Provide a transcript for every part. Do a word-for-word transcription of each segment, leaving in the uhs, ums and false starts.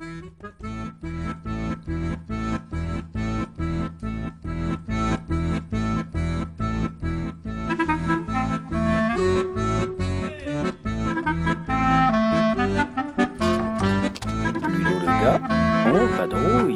Ludo le gars, en vadrouille.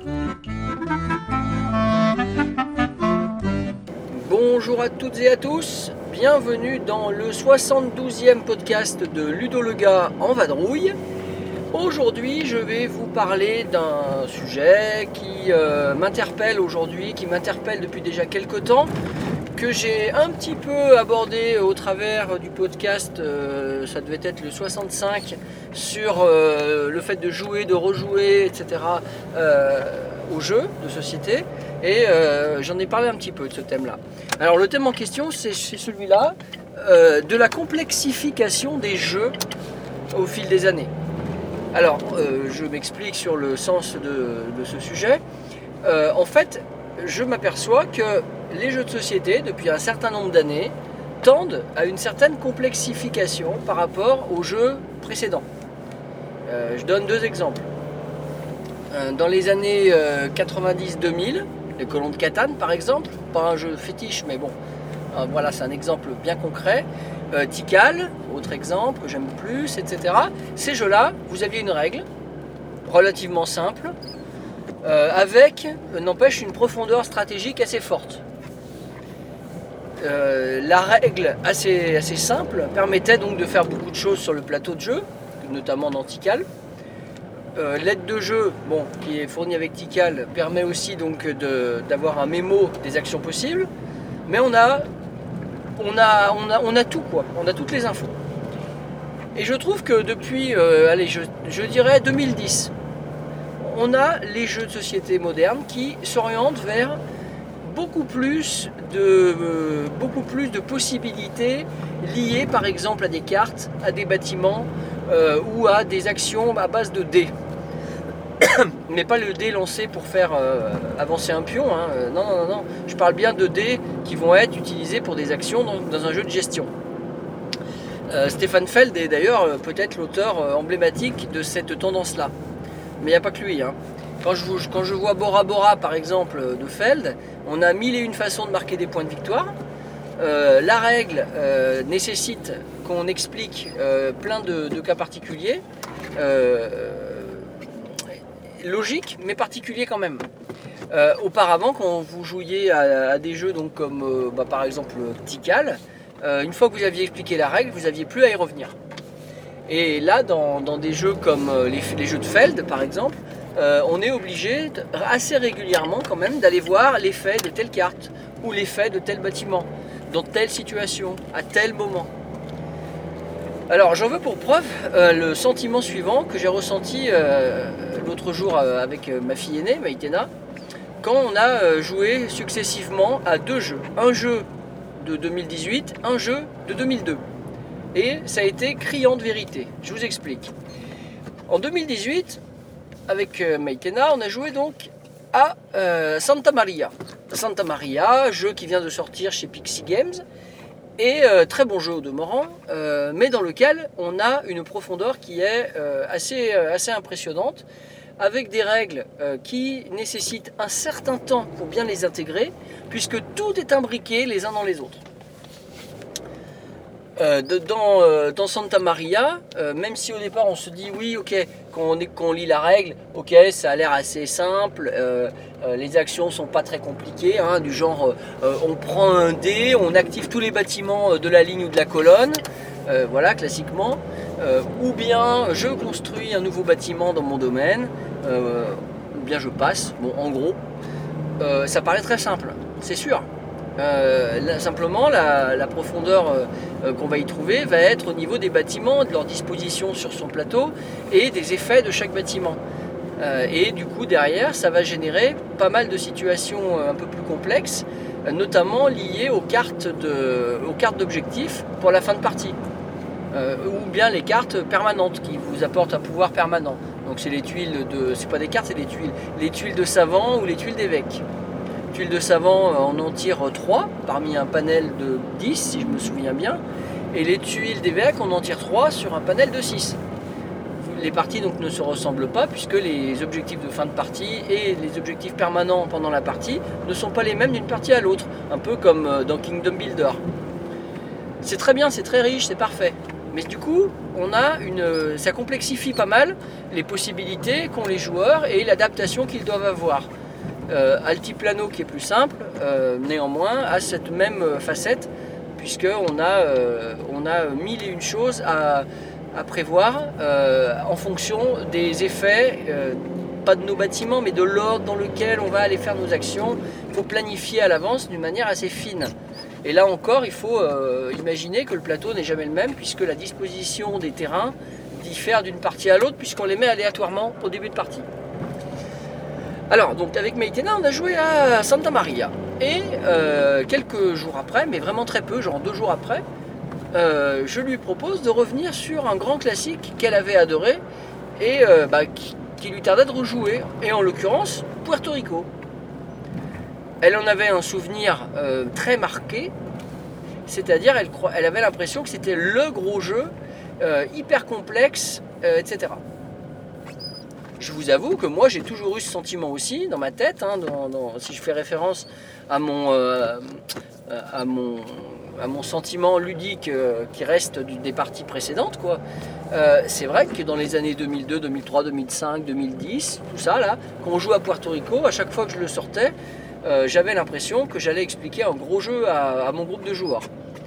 Bonjour à toutes et à tous, bienvenue dans le soixante-douzième podcast de Ludo le gars en vadrouille. Aujourd'hui, je vais vous parler d'un sujet qui euh, m'interpelle aujourd'hui, qui m'interpelle depuis déjà quelques temps, que j'ai un petit peu abordé au travers du podcast, euh, ça devait être le soixante-cinq, sur euh, le fait de jouer, de rejouer, et cetera euh, aux jeux de société. Et euh, j'en ai parlé un petit peu de ce thème-là. Alors le thème en question, c'est, c'est celui-là, euh, de la complexification des jeux au fil des années. Alors, euh, je m'explique sur le sens de, de ce sujet. Euh, en fait, je m'aperçois que les jeux de société, depuis un certain nombre d'années, tendent à une certaine complexification par rapport aux jeux précédents. Euh, je donne deux exemples. Euh, dans les années euh, quatre-vingt-dix deux mille, les colons de Catane par exemple, pas un jeu fétiche, mais bon, euh, voilà, c'est un exemple bien concret. Euh, Tikal, autre exemple que j'aime plus, et cetera. Ces jeux-là, vous aviez une règle relativement simple, euh, avec, euh, n'empêche, une profondeur stratégique assez forte. Euh, la règle assez, assez simple permettait donc de faire beaucoup de choses sur le plateau de jeu, notamment dans Tikal. Euh, l'aide de jeu, bon, qui est fournie avec Tikal, permet aussi donc de, d'avoir un mémo des actions possibles, mais on a, on a, on a, on a tout quoi, on a toutes les infos. Et je trouve que depuis, euh, allez, je, je dirais deux mille dix, on a les jeux de société modernes qui s'orientent vers beaucoup plus de, euh, beaucoup plus de possibilités liées par exemple à des cartes, à des bâtiments euh, ou à des actions à base de dés. Mais pas le dé lancé pour faire euh, avancer un pion, hein. euh, non, non, non, non, je parle bien de dés qui vont être utilisés pour des actions dans, dans un jeu de gestion. Euh, Stéphane Feld est d'ailleurs euh, peut-être l'auteur euh, emblématique de cette tendance-là. Mais il n'y a pas que lui, hein. Quand, je, quand je vois Bora Bora par exemple de Feld, on a mille et une façons de marquer des points de victoire. Euh, la règle euh, nécessite qu'on explique euh, plein de, de cas particuliers. Euh, logique mais particulier quand même. Euh, auparavant, quand vous jouiez à, à des jeux donc comme euh, bah, par exemple Tikal, euh, une fois que vous aviez expliqué la règle, vous n'aviez plus à y revenir. Et là, dans, dans des jeux comme les, les jeux de Feld par exemple, euh, on est obligé de, assez régulièrement quand même d'aller voir l'effet de telle carte ou l'effet de tel bâtiment dans telle situation, à tel moment. Alors j'en veux pour preuve euh, le sentiment suivant que j'ai ressenti euh, l'autre jour euh, avec euh, ma fille aînée, Maïtena, quand on a euh, joué successivement à deux jeux. Un jeu de deux mille dix-huit, un jeu de deux mille deux. Et ça a été criant de vérité. Je vous explique. En deux mille dix-huit, avec euh, Maïtena, on a joué donc à euh, Santa Maria. Santa Maria, jeu qui vient de sortir chez Pixie Games. Et euh, très bon jeu au demeurant, euh, mais dans lequel on a une profondeur qui est euh, assez, euh, assez impressionnante, avec des règles euh, qui nécessitent un certain temps pour bien les intégrer, puisque tout est imbriqué les uns dans les autres. Euh, de, dans, euh, dans Santa Maria, euh, même si au départ on se dit oui, ok, quand on, est, quand on lit la règle, ok, ça a l'air assez simple, euh, euh, les actions sont pas très compliquées, hein, du genre euh, on prend un dé, on active tous les bâtiments de la ligne ou de la colonne, euh, voilà, classiquement, euh, ou bien je construis un nouveau bâtiment dans mon domaine, euh, ou bien je passe, bon, en gros, euh, ça paraît très simple, c'est sûr. Euh, là, simplement la, la profondeur euh, qu'on va y trouver va être au niveau des bâtiments, de leur disposition sur son plateau et des effets de chaque bâtiment. Euh, et du coup derrière ça va générer pas mal de situations un peu plus complexes, notamment liées aux cartes, de, aux cartes d'objectifs pour la fin de partie. Euh, ou bien les cartes permanentes qui vous apportent un pouvoir permanent. Donc c'est les tuiles de. C'est pas des cartes, c'est des tuiles. Les tuiles de savant ou les tuiles d'évêque. Tuiles de savant, on en tire trois parmi un panel de dix, si je me souviens bien. Et les tuiles d'évêque, on en tire trois sur un panel de six. les parties donc, ne se ressemblent pas puisque les objectifs de fin de partie et les objectifs permanents pendant la partie ne sont pas les mêmes d'une partie à l'autre, un peu comme dans Kingdom Builder. C'est très bien, c'est très riche, c'est parfait. Mais du coup, on a une, ça complexifie pas mal les possibilités qu'ont les joueurs et l'adaptation qu'ils doivent avoir. Euh, Altiplano, qui est plus simple, euh, néanmoins, a cette même facette, puisqu'on a, euh, on a mille et une choses à, à prévoir euh, en fonction des effets, euh, pas de nos bâtiments, mais de l'ordre dans lequel on va aller faire nos actions. Il faut planifier à l'avance d'une manière assez fine. Et là encore, il faut euh, imaginer que le plateau n'est jamais le même, puisque la disposition des terrains diffère d'une partie à l'autre, puisqu'on les met aléatoirement au début de partie. Alors, donc avec Maïtena, on a joué à Santa Maria. Et euh, quelques jours après, mais vraiment très peu, genre deux jours après, euh, je lui propose de revenir sur un grand classique qu'elle avait adoré et euh, bah, qui, qui lui tardait de rejouer, et en l'occurrence, Puerto Rico. Elle en avait un souvenir euh, très marqué, c'est-à-dire elle, elle avait l'impression que c'était le gros jeu, euh, hyper complexe, euh, et cetera. Je vous avoue que moi j'ai toujours eu ce sentiment aussi dans ma tête, hein, dans, dans, si je fais référence à mon, euh, à mon, à mon sentiment ludique euh, qui reste du, des parties précédentes, quoi. Euh, c'est vrai que dans les années deux mille deux, deux mille trois, deux mille cinq, deux mille dix, tout ça là, quand on joue à Puerto Rico, à chaque fois que je le sortais, euh, j'avais l'impression que j'allais expliquer un gros jeu à, à mon groupe de joueurs.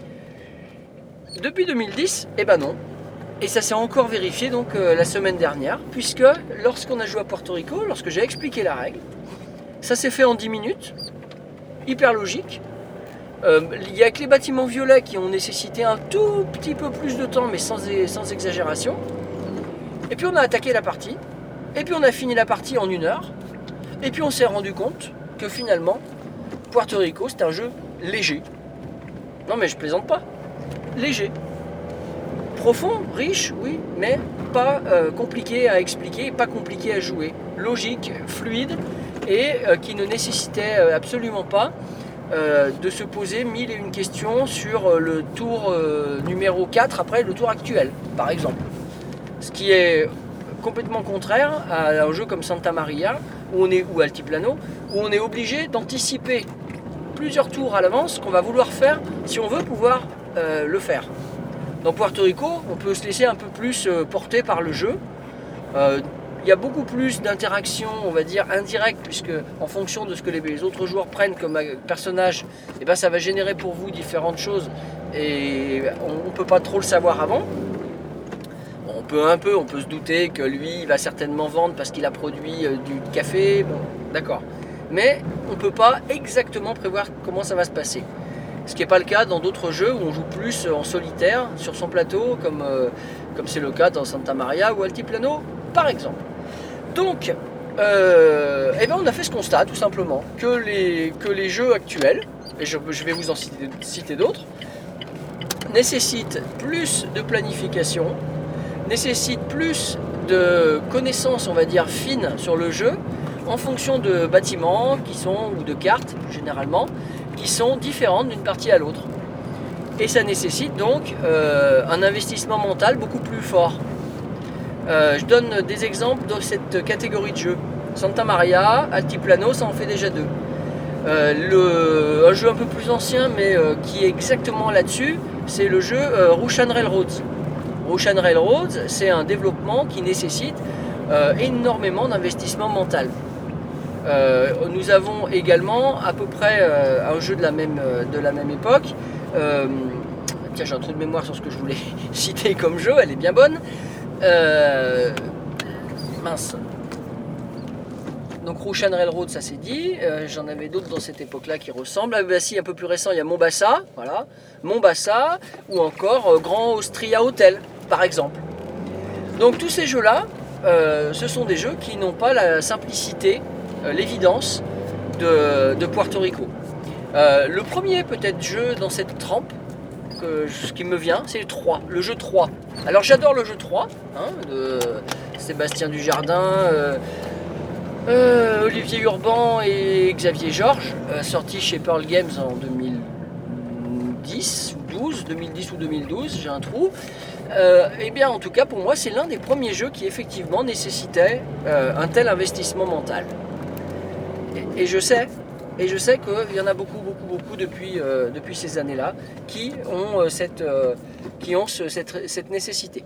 Depuis deux mille dix, eh ben non. Et ça s'est encore vérifié donc euh, la semaine dernière, puisque lorsqu'on a joué à Puerto Rico, lorsque j'ai expliqué la règle, ça s'est fait en dix minutes, hyper logique. Euh, il n'y a que les bâtiments violets qui ont nécessité un tout petit peu plus de temps, mais sans, sans exagération. Et puis on a attaqué la partie, et puis on a fini la partie en une heure, et puis on s'est rendu compte que finalement, Puerto Rico c'est un jeu léger. Non mais je plaisante pas, léger. Profond, riche, oui, mais pas euh, compliqué à expliquer, pas compliqué à jouer. Logique, fluide, et euh, qui ne nécessitait euh, absolument pas euh, de se poser mille et une questions sur euh, le tour euh, numéro quatre après le tour actuel, par exemple. Ce qui est complètement contraire à un jeu comme Santa Maria, où on est, ou Altiplano, où on est obligé d'anticiper plusieurs tours à l'avance qu'on va vouloir faire si on veut pouvoir euh, le faire. Dans Puerto Rico, on peut se laisser un peu plus porter par le jeu. Euh, il y a beaucoup plus d'interactions, on va dire, indirectes, puisque en fonction de ce que les autres joueurs prennent comme personnage, eh ben, ça va générer pour vous différentes choses et on ne peut pas trop le savoir avant. Bon, on peut un peu, on peut se douter que lui, il va certainement vendre parce qu'il a produit euh, du café, bon, d'accord. Mais on ne peut pas exactement prévoir comment ça va se passer. Ce qui n'est pas le cas dans d'autres jeux où on joue plus en solitaire sur son plateau, comme euh, comme c'est le cas dans Santa Maria ou Altiplano, par exemple. Donc, euh, eh ben on a fait ce constat, tout simplement, que les, que les jeux actuels, et je, je vais vous en citer, citer d'autres, nécessitent plus de planification, nécessitent plus de connaissances, on va dire, fines sur le jeu, en fonction de bâtiments qui sont, ou de cartes, généralement, qui sont différentes d'une partie à l'autre. Et ça nécessite donc euh, un investissement mental beaucoup plus fort. Euh, je donne des exemples dans cette catégorie de jeux. Santa Maria, Altiplano, ça en fait déjà deux. Euh, le, un jeu un peu plus ancien, mais euh, qui est exactement là-dessus, c'est le jeu euh, Russian Railroads. Russian Railroads, c'est un développement qui nécessite euh, énormément d'investissement mental. Euh, nous avons également à peu près euh, un jeu de la même, de la même époque. Euh, tiens, j'ai un trou de mémoire sur ce que je voulais citer comme jeu, elle est bien bonne. Euh, mince. Donc Russian Railroad, ça c'est dit. Euh, J'en avais d'autres dans cette époque-là qui ressemblent. Ah, bah, si, un peu plus récent, il y a Mombasa, voilà. Mombasa, ou encore euh, Grand Austria Hotel, par exemple. Donc tous ces jeux-là, euh, ce sont des jeux qui n'ont pas la simplicité, euh, l'évidence de, de Puerto Rico. Euh, le premier peut-être jeu dans cette trempe, que, ce qui me vient, c'est le trois, le jeu trois. Alors j'adore le jeu trois, hein, de Sébastien Dujardin, euh, euh, Olivier Urban et Xavier Georges, euh, sorti chez Pearl Games en deux mille dix ou douze, deux mille dix ou deux mille douze, j'ai un trou. Euh, eh bien, en tout cas, pour moi, c'est l'un des premiers jeux qui effectivement nécessitait euh, un tel investissement mental. Et, et je sais, et je sais qu'il y en a beaucoup, beaucoup, beaucoup depuis, euh, depuis ces années-là qui ont, euh, cette, euh, qui ont ce, cette, cette nécessité.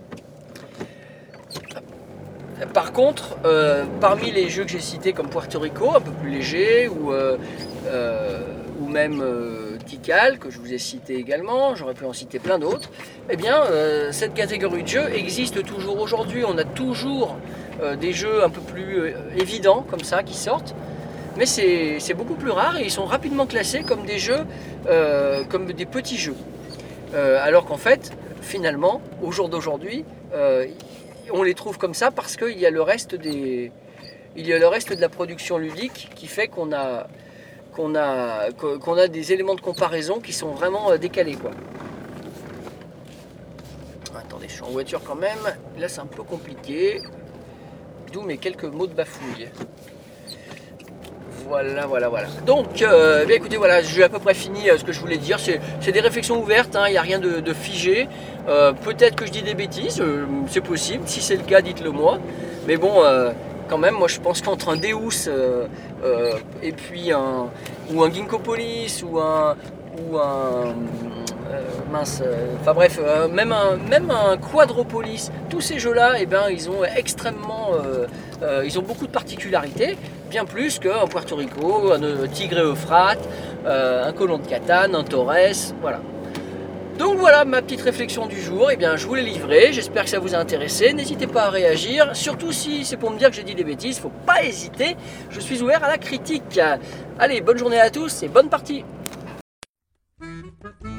Par contre, euh, parmi les jeux que j'ai cités comme Puerto Rico, un peu plus léger, ou, euh, euh, ou même euh, Tikal, que je vous ai cité également, j'aurais pu en citer plein d'autres, eh bien, euh, cette catégorie de jeux existe toujours aujourd'hui. On a toujours euh, des jeux un peu plus euh, évidents, comme ça, qui sortent, mais c'est, c'est beaucoup plus rare et ils sont rapidement classés comme des jeux, euh, comme des petits jeux. Euh, alors qu'en fait, finalement, au jour d'aujourd'hui, euh, on les trouve comme ça parce qu'il y a le reste des, il y a le reste de la production ludique qui fait qu'on a, qu'on a, qu'on a des éléments de comparaison qui sont vraiment décalés, quoi. Attendez, je suis en voiture quand même. Là, c'est un peu compliqué. D'où mes quelques mots de bafouille. Voilà, voilà, voilà. Donc, euh, bien écoutez, voilà, j'ai à peu près fini euh, ce que je voulais dire. C'est, c'est des réflexions ouvertes, hein, il n'y a rien de, de figé. Euh, peut-être que je dis des bêtises, euh, c'est possible. Si c'est le cas, dites-le moi. Mais bon, euh, quand même, moi je pense qu'entre un Deus euh, euh, et puis un ou un Ginkgo Police ou un ou un euh, mince, enfin euh, bref, euh, même un même un Quadropolis, tous ces jeux-là, eh ben, ils ont extrêmement, euh, euh, ils ont beaucoup de particularités. Bien plus qu'un Puerto Rico, un Tigre et Euphrate, euh, un Colon de Catane, un Torres, voilà. Donc voilà ma petite réflexion du jour, et eh bien je vous l'ai livrée, j'espère que ça vous a intéressé, n'hésitez pas à réagir, surtout si c'est pour me dire que j'ai dit des bêtises, faut pas hésiter, je suis ouvert à la critique. Allez, bonne journée à tous et bonne partie.